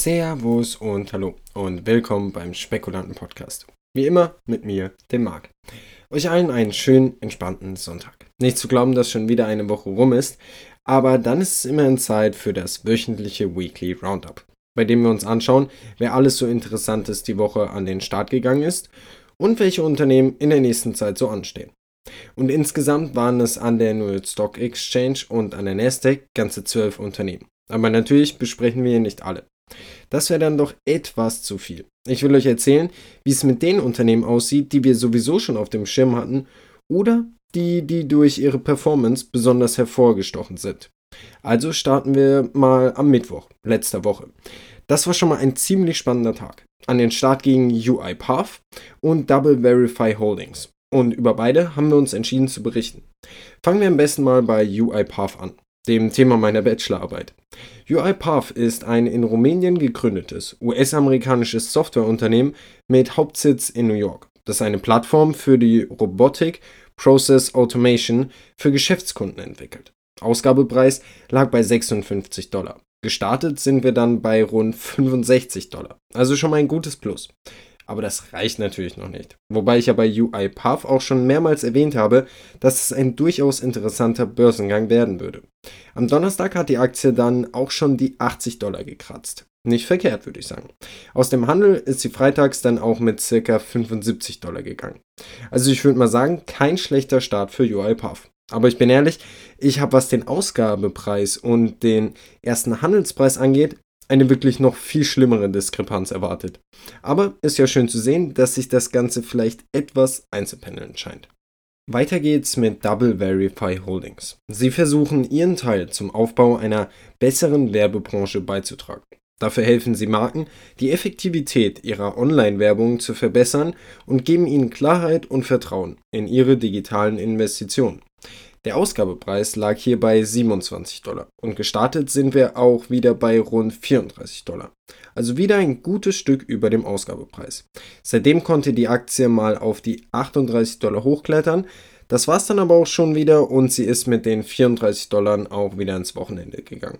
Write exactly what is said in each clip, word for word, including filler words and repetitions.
Servus und hallo und willkommen beim Spekulanten-Podcast. Wie immer mit mir, dem Marc. Euch allen einen schönen, entspannten Sonntag. Nicht zu glauben, dass schon wieder eine Woche rum ist, aber dann ist es immerhin Zeit für das wöchentliche Weekly Roundup, bei dem wir uns anschauen, wer alles so Interessantes die Woche an den Start gegangen ist und welche Unternehmen in der nächsten Zeit so anstehen. Und insgesamt waren es an der New York Stock Exchange und an der Nasdaq ganze zwölf Unternehmen. Aber natürlich besprechen wir hier nicht alle. Das wäre dann doch etwas zu viel. Ich will euch erzählen, wie es mit den Unternehmen aussieht, die wir sowieso schon auf dem Schirm hatten oder die, die durch ihre Performance besonders hervorgestochen sind. Also starten wir mal am Mittwoch, letzter Woche. Das war schon mal ein ziemlich spannender Tag. An den Start gingen UiPath und Double Verify Holdings. Und über beide haben wir uns entschieden zu berichten. Fangen wir am besten mal bei UiPath an, dem Thema meiner Bachelorarbeit. UiPath ist ein in Rumänien gegründetes U S-amerikanisches Softwareunternehmen mit Hauptsitz in New York, das eine Plattform für die Robotic Process Automation für Geschäftskunden entwickelt. Ausgabepreis lag bei sechsundfünfzig Dollar. Gestartet sind wir dann bei rund fünfundsechzig Dollar, also schon mal ein gutes Plus. Aber das reicht natürlich noch nicht. Wobei ich ja bei UiPath auch schon mehrmals erwähnt habe, dass es ein durchaus interessanter Börsengang werden würde. Am Donnerstag hat die Aktie dann auch schon die achtzig Dollar gekratzt. Nicht verkehrt, würde ich sagen. Aus dem Handel ist sie freitags dann auch mit ca. fünfundsiebzig Dollar gegangen. Also ich würde mal sagen, kein schlechter Start für UiPath. Aber ich bin ehrlich, ich habe, was den Ausgabepreis und den ersten Handelspreis angeht, eine wirklich noch viel schlimmere Diskrepanz erwartet. Aber ist ja schön zu sehen, dass sich das Ganze vielleicht etwas einzupendeln scheint. Weiter geht's mit Double Verify Holdings. Sie versuchen ihren Teil zum Aufbau einer besseren Werbebranche beizutragen. Dafür helfen sie Marken, die Effektivität ihrer Online-Werbung zu verbessern und geben ihnen Klarheit und Vertrauen in ihre digitalen Investitionen. Der Ausgabepreis lag hier bei siebenundzwanzig Dollar und gestartet sind wir auch wieder bei rund vierunddreißig Dollar. Also wieder ein gutes Stück über dem Ausgabepreis. Seitdem konnte die Aktie mal auf die achtunddreißig Dollar hochklettern. Das war's dann aber auch schon wieder und sie ist mit den vierunddreißig Dollar auch wieder ins Wochenende gegangen.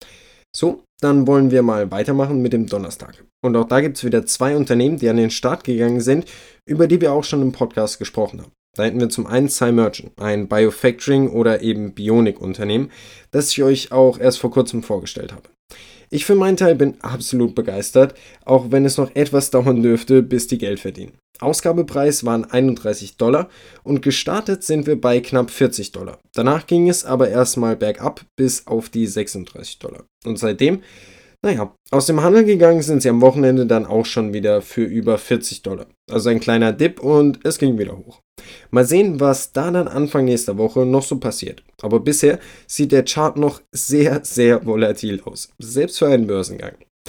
So, dann wollen wir mal weitermachen mit dem Donnerstag. Und auch da gibt es wieder zwei Unternehmen, die an den Start gegangen sind, über die wir auch schon im Podcast gesprochen haben. Da hätten wir zum einen Cymergent, ein Biofactoring oder eben Bionik-Unternehmen, das ich euch auch erst vor kurzem vorgestellt habe. Ich für meinen Teil bin absolut begeistert, auch wenn es noch etwas dauern dürfte, bis die Geld verdienen. Ausgabepreis waren einunddreißig Dollar und gestartet sind wir bei knapp vierzig Dollar. Danach ging es aber erstmal bergab bis auf die sechsunddreißig Dollar. Und seitdem, naja, aus dem Handel gegangen sind sie am Wochenende dann auch schon wieder für über vierzig Dollar. Also ein kleiner Dip und es ging wieder hoch. Mal sehen, was da dann Anfang nächster Woche noch so passiert. Aber bisher sieht der Chart noch sehr, sehr volatil aus. Selbst für einen Börsengang.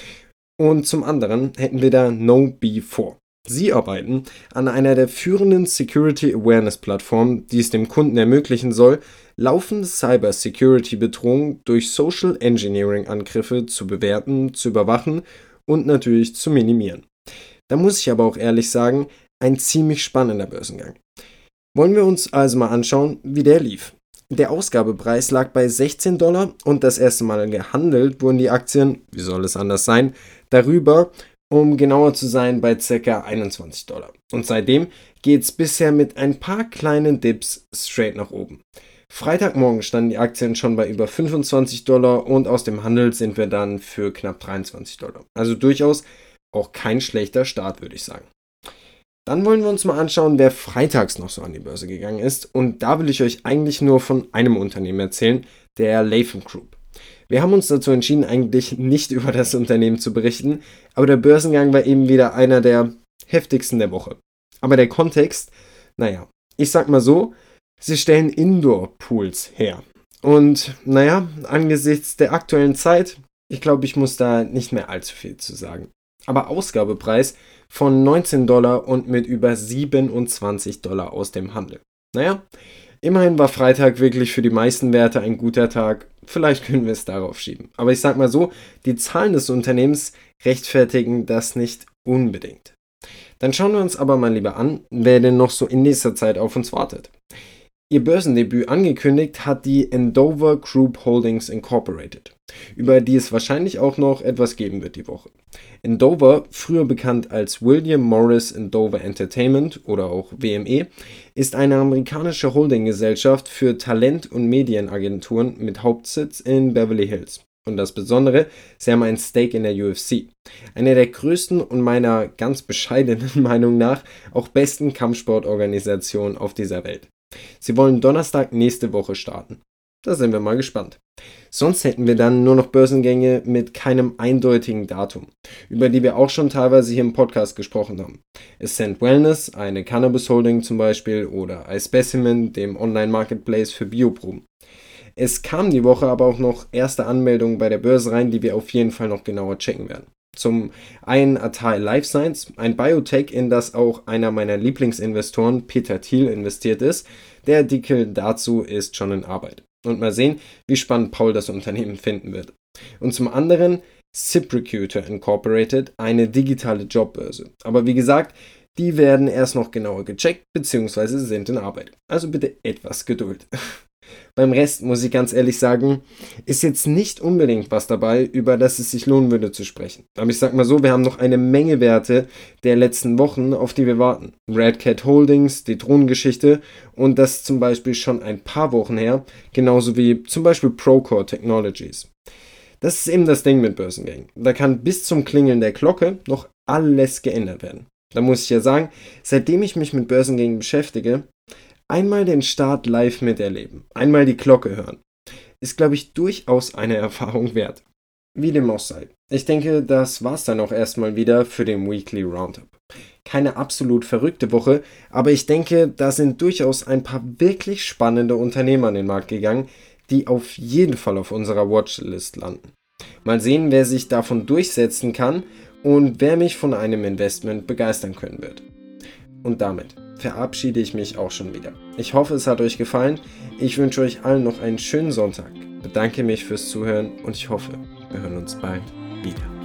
Und zum anderen hätten wir da No B vier. Sie arbeiten an einer der führenden Security Awareness Plattformen, die es dem Kunden ermöglichen soll, laufende Cyber-Security-Bedrohungen durch Social Engineering-Angriffe zu bewerten, zu überwachen und natürlich zu minimieren. Da muss ich aber auch ehrlich sagen, ein ziemlich spannender Börsengang. Wollen wir uns also mal anschauen, wie der lief. Der Ausgabepreis lag bei sechzehn Dollar und das erste Mal gehandelt wurden die Aktien, wie soll es anders sein, darüber, um genauer zu sein, bei ca. einundzwanzig Dollar. Und seitdem geht es bisher mit ein paar kleinen Dips straight nach oben. Freitagmorgen standen die Aktien schon bei über fünfundzwanzig Dollar und aus dem Handel sind wir dann für knapp dreiundzwanzig Dollar. Also durchaus auch kein schlechter Start, würde ich sagen. Dann wollen wir uns mal anschauen, wer freitags noch so an die Börse gegangen ist. Und da will ich euch eigentlich nur von einem Unternehmen erzählen, der Latham Group. Wir haben uns dazu entschieden, eigentlich nicht über das Unternehmen zu berichten, aber der Börsengang war eben wieder einer der heftigsten der Woche. Aber der Kontext, naja, ich sag mal so, sie stellen Indoor-Pools her. Und naja, angesichts der aktuellen Zeit, ich glaube, ich muss da nicht mehr allzu viel zu sagen. Aber Ausgabepreis von neunzehn Dollar und mit über siebenundzwanzig Dollar aus dem Handel. Naja, immerhin war Freitag wirklich für die meisten Werte ein guter Tag. Vielleicht können wir es darauf schieben. Aber ich sag mal so, die Zahlen des Unternehmens rechtfertigen das nicht unbedingt. Dann schauen wir uns aber mal lieber an, wer denn noch so in nächster Zeit auf uns wartet. Ihr Börsendebüt angekündigt hat die Endover Group Holdings Incorporated, über die es wahrscheinlich auch noch etwas geben wird die Woche. Endover, früher bekannt als William Morris Endover Entertainment oder auch W M E, ist eine amerikanische Holdinggesellschaft für Talent- und Medienagenturen mit Hauptsitz in Beverly Hills. Und das Besondere, sie haben ein Stake in der U F C, einer der größten und meiner ganz bescheidenen Meinung nach auch besten Kampfsportorganisationen auf dieser Welt. Sie wollen Donnerstag nächste Woche starten. Da sind wir mal gespannt. Sonst hätten wir dann nur noch Börsengänge mit keinem eindeutigen Datum, über die wir auch schon teilweise hier im Podcast gesprochen haben. Ascent Wellness, eine Cannabis-Holding zum Beispiel, oder iSpecimen, dem Online-Marketplace für Bioproben. Es kamen die Woche aber auch noch erste Anmeldungen bei der Börse rein, die wir auf jeden Fall noch genauer checken werden. Zum einen Atai Life Science, ein Biotech, in das auch einer meiner Lieblingsinvestoren, Peter Thiel, investiert ist. Der Artikel dazu ist schon in Arbeit. Und mal sehen, wie spannend Paul das Unternehmen finden wird. Und zum anderen ZipRecruiter Incorporated, eine digitale Jobbörse. Aber wie gesagt, die werden erst noch genauer gecheckt bzw. sind in Arbeit. Also bitte etwas Geduld. Beim Rest muss ich ganz ehrlich sagen, ist jetzt nicht unbedingt was dabei, über das es sich lohnen würde zu sprechen. Aber ich sag mal so, wir haben noch eine Menge Werte der letzten Wochen, auf die wir warten. Red Cat Holdings, die Drohnengeschichte und das zum Beispiel schon ein paar Wochen her, genauso wie zum Beispiel Procore Technologies. Das ist eben das Ding mit Börsengängen. Da kann bis zum Klingeln der Glocke noch alles geändert werden. Da muss ich ja sagen, seitdem ich mich mit Börsengängen beschäftige, einmal den Start live miterleben, einmal die Glocke hören, ist, glaube ich, durchaus eine Erfahrung wert. Wie dem auch sei. Ich denke, das war's dann auch erstmal wieder für den Weekly Roundup. Keine absolut verrückte Woche, aber ich denke, da sind durchaus ein paar wirklich spannende Unternehmer an den Markt gegangen, die auf jeden Fall auf unserer Watchlist landen. Mal sehen, wer sich davon durchsetzen kann und wer mich von einem Investment begeistern können wird. Und damit verabschiede ich mich auch schon wieder. Ich hoffe, es hat euch gefallen. Ich wünsche euch allen noch einen schönen Sonntag. Bedanke mich fürs Zuhören und ich hoffe, wir hören uns bald wieder.